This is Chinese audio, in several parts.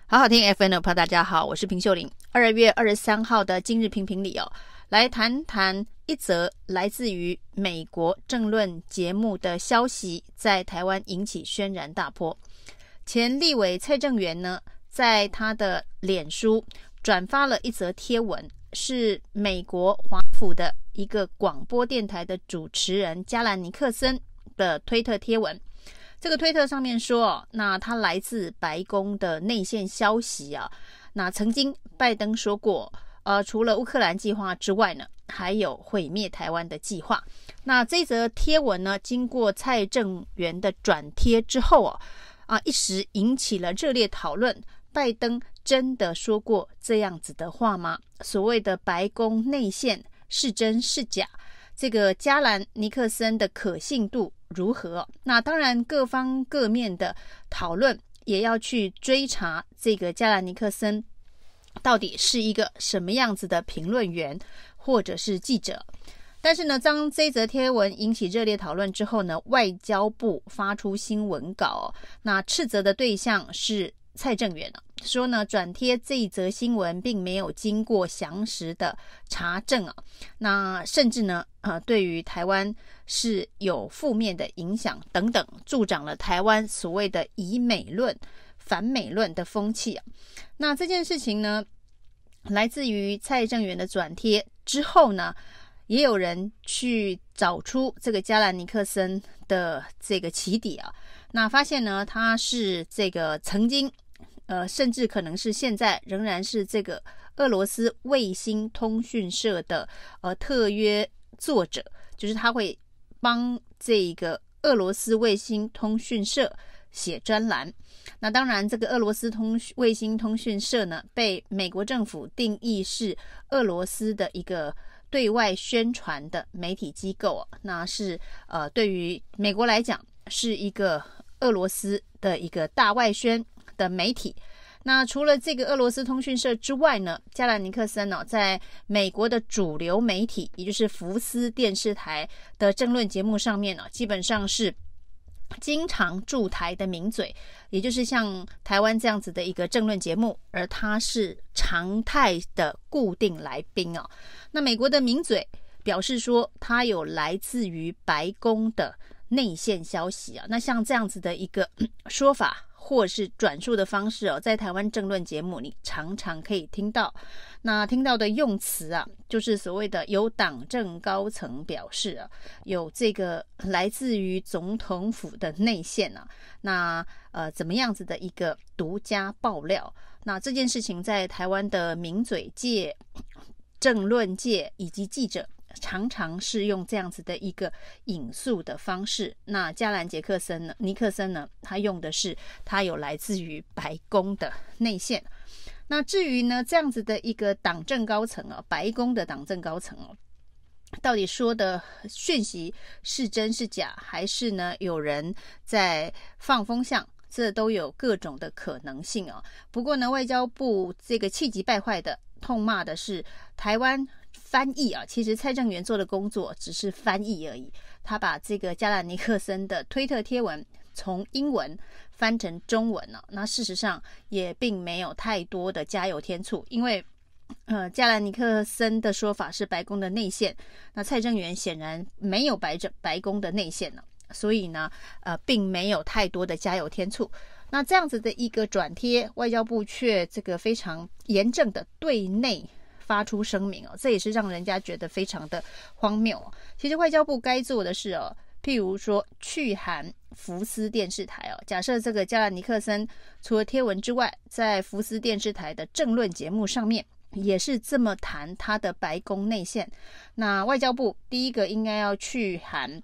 好好听 FM 的朋友大家好，我是平秀玲。2月23号的今日评评里来谈谈一则来自于美国政论节目的消息，在台湾引起轩然大波。前立委蔡正元呢，在他的脸书转发了一则贴文，是美国华府的一个广播电台的主持人加兰尼克森的推特贴文。这个推特上面说，那他来自白宫的内线消息啊，那曾经拜登说过，除了乌克兰计划之外呢，还有毁灭台湾的计划。那这则贴文呢，经过蔡正元的转贴之后一时引起了热烈讨论。拜登真的说过这样子的话吗？所谓的白宫内线是真是假？这个加兰尼克森的可信度如何？那当然各方各面的讨论也要去追查这个加兰尼克森到底是一个什么样子的评论员或者是记者。但是呢，当这则贴文引起热烈讨论之后呢，外交部发出新闻稿那斥责的对象是蔡正元说呢，转贴这一则新闻并没有经过详实的查证那甚至呢对于台湾是有负面的影响等等，助长了台湾所谓的以美论反美论的风气那这件事情呢，来自于蔡正元的转贴之后呢，也有人去找出这个加兰尼克森的这个起底那发现呢，他是这个曾经甚至可能是现在仍然是这个俄罗斯卫星通讯社的特约作者，就是他会帮这个俄罗斯卫星通讯社写专栏。那当然这个俄罗斯卫星通讯社呢，被美国政府定义是俄罗斯的一个对外宣传的媒体机构那是对于美国来讲是一个俄罗斯的一个大外宣的媒体。那除了这个俄罗斯通讯社之外呢，加兰尼克森在美国的主流媒体，也就是福斯电视台的政论节目上面基本上是经常驻台的名嘴，也就是像台湾这样子的一个政论节目，而他是常态的固定来宾那美国的名嘴表示说，他有来自于白宫的内线消息那像这样子的一个说法或是转述的方式在台湾政论节目你常常可以听到。那听到的用词就是所谓的有党政高层表示有这个来自于总统府的内线那怎么样子的一个独家爆料。那这件事情在台湾的名嘴界、政论界以及记者常常是用这样子的一个引述的方式。那加兰尼克森呢，他用的是他有来自于白宫的内线。那至于呢，这样子的一个党政高层白宫的党政高层到底说的讯息是真是假，还是呢有人在放风向，这都有各种的可能性不过呢，外交部这个气急败坏的痛骂的是台湾翻译其实蔡正元做的工作只是翻译而已，他把这个加兰尼克森的推特贴文从英文翻成中文那事实上也并没有太多的加油添醋，因为加兰尼克森的说法是白宫的内线，那蔡正元显然没有白宫的内线所以呢并没有太多的加油添醋。那这样子的一个转贴，外交部却这个非常严正的对内发出声明这也是让人家觉得非常的荒谬其实外交部该做的是譬如说去函福斯电视台假设这个加兰尼克森除了贴文之外，在福斯电视台的政论节目上面也是这么谈他的白宫内线，那外交部第一个应该要去函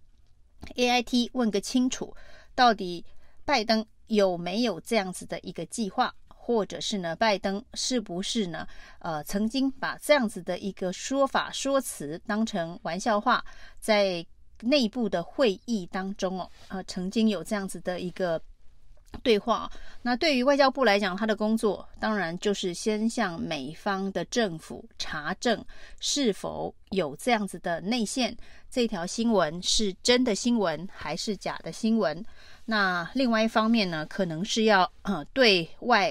AIT 问个清楚，到底拜登有没有这样子的一个计划，或者是呢拜登是不是呢曾经把这样子的一个说法说辞当成玩笑话，在内部的会议当中曾经有这样子的一个对话。那对于外交部来讲，他的工作当然就是先向美方的政府查证是否有这样子的内线，这条新闻是真的新闻还是假的新闻。那另外一方面呢，可能是要对外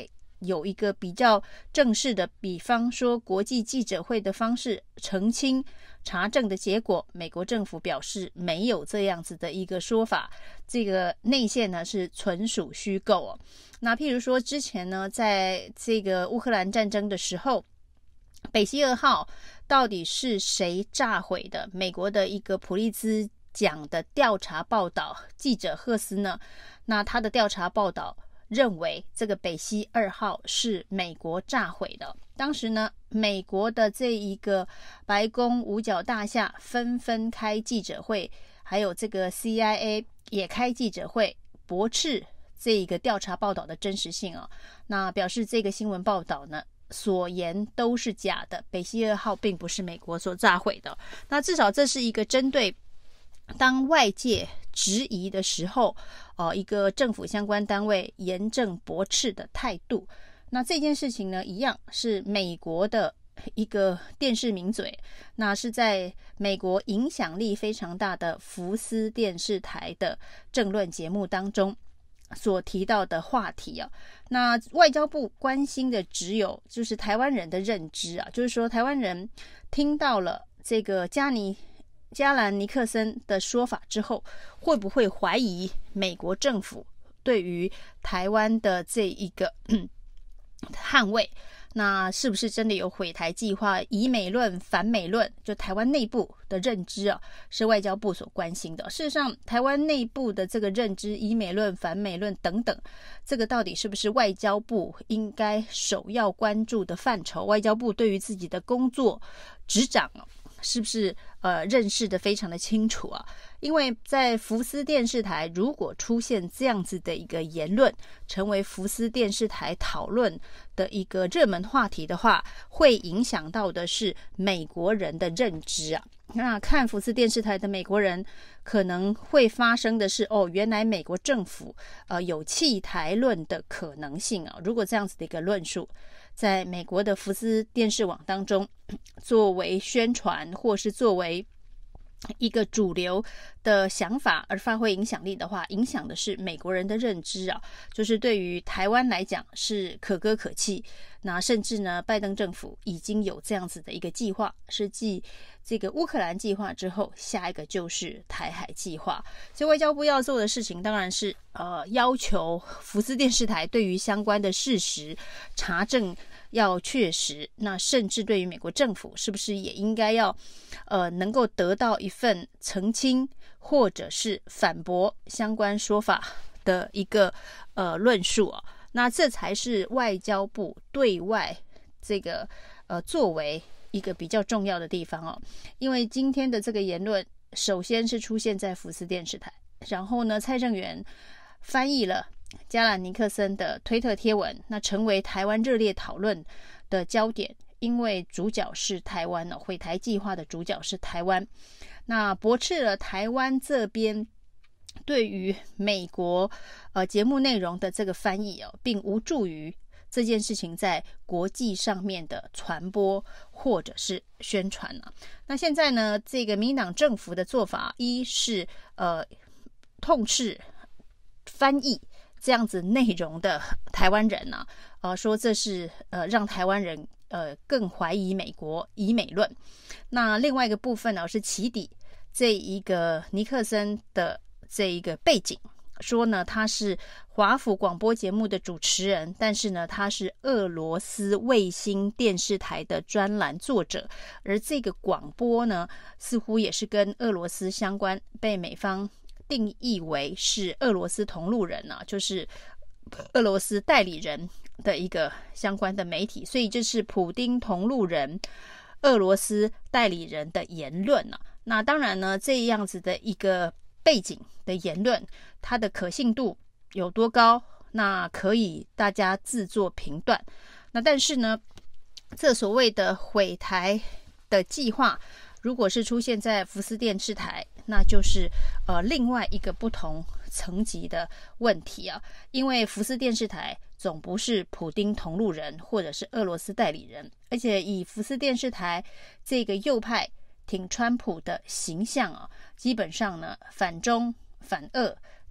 有一个比较正式的，比方说国际记者会的方式澄清查证的结果，美国政府表示没有这样子的一个说法，这个内线呢是纯属虚构哦。那譬如说之前呢，在这个乌克兰战争的时候，北溪2号到底是谁炸毁的？美国的一个普利兹奖的调查报道记者赫斯呢，那他的调查报道认为这个北溪2号是美国炸毁的。当时呢，美国的这一个白宫五角大厦纷纷开记者会，还有这个 CIA 也开记者会，驳斥这一个调查报道的真实性啊。那表示这个新闻报道呢所言都是假的，北溪2号并不是美国所炸毁的。那至少这是一个针对当外界质疑的时候，一个政府相关单位严正驳斥的态度。那这件事情呢，一样是美国的一个电视名嘴，那是在美国影响力非常大的福斯电视台的政论节目当中所提到的话题啊。那外交部关心的只有就是台湾人的认知啊，就是说台湾人听到了这个加兰尼克森的说法之后，会不会怀疑美国政府对于台湾的这一个捍卫？那是不是真的有毁台计划？以美论、反美论，就台湾内部的认知啊，是外交部所关心的。事实上，台湾内部的这个认知，以美论、反美论等等，这个到底是不是外交部应该首要关注的范畴？外交部对于自己的工作执掌是不是认识的非常的清楚啊？因为在福斯电视台如果出现这样子的一个言论，成为福斯电视台讨论的一个热门话题的话，会影响到的是美国人的认知啊。那看福斯电视台的美国人可能会发生的是，原来美国政府有弃台论的可能性啊。如果这样子的一个论述在美国的福斯电视网当中作为宣传，或是作为一个主流的想法而发挥影响力的话，影响的是美国人的认知啊，就是对于台湾来讲是可歌可泣。那甚至呢，拜登政府已经有这样子的一个计划，是继这个乌克兰计划之后，下一个就是台海计划。所以外交部要做的事情当然是要求福斯电视台对于相关的事实查证要确实，那甚至对于美国政府是不是也应该要能够得到一份澄清或者是反驳相关说法的一个论述啊。那这才是外交部对外这个作为一个比较重要的地方哦。因为今天的这个言论首先是出现在福斯电视台，然后呢，蔡正元翻译了加兰尼克森的推特贴文，那成为台湾热烈讨论的焦点，因为主角是台湾哦，毁台计划的主角是台湾。那驳斥了台湾这边对于美国节目内容的这个翻译哦，并无助于这件事情在国际上面的传播或者是宣传啊。那现在呢，这个民进党政府的做法，一是痛斥翻译这样子内容的台湾人啊，说这是让台湾人更怀疑美国，以美论。那另外一个部分呢，是起底这一个尼克森的这一个背景，说呢他是华府广播节目的主持人，但是呢他是俄罗斯卫星电视台的专栏作者，而这个广播呢似乎也是跟俄罗斯相关，被美方定义为是俄罗斯同路人啊，就是俄罗斯代理人的一个相关的媒体，所以这是普丁同路人、俄罗斯代理人的言论啊。那当然呢，这样子的一个背景的言论，它的可信度有多高，那可以大家自作评断。那但是呢，这所谓的毁台的计划，如果是出现在福斯电视台，那就是另外一个不同层级的问题啊。因为福斯电视台总不是普丁同路人或者是俄罗斯代理人，而且以福斯电视台这个右派挺川普的形象啊，基本上呢反中反俄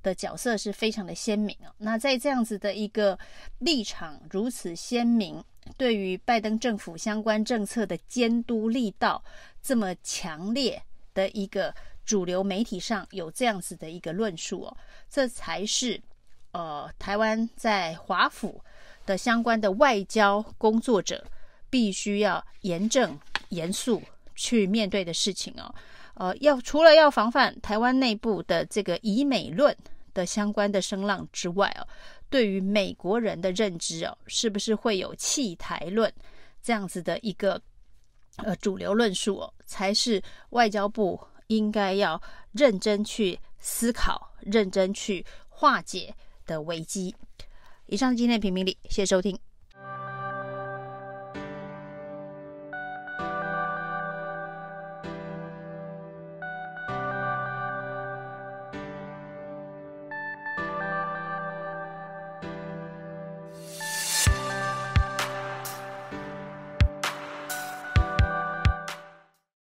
的角色是非常的鲜明哦。那在这样子的一个立场如此鲜明，对于拜登政府相关政策的监督力道这么强烈的一个主流媒体上有这样子的一个论述哦，这才是台湾在华府的相关的外交工作者必须要严正严肃去面对的事情哦。除了要防范台湾内部的这个以美论的相关的声浪之外哦，对于美国人的认知哦，是不是会有弃台论这样子的一个主流论述哦，才是外交部应该要认真去思考、认真去化解的危机。以上是今天的评评理，谢谢收听。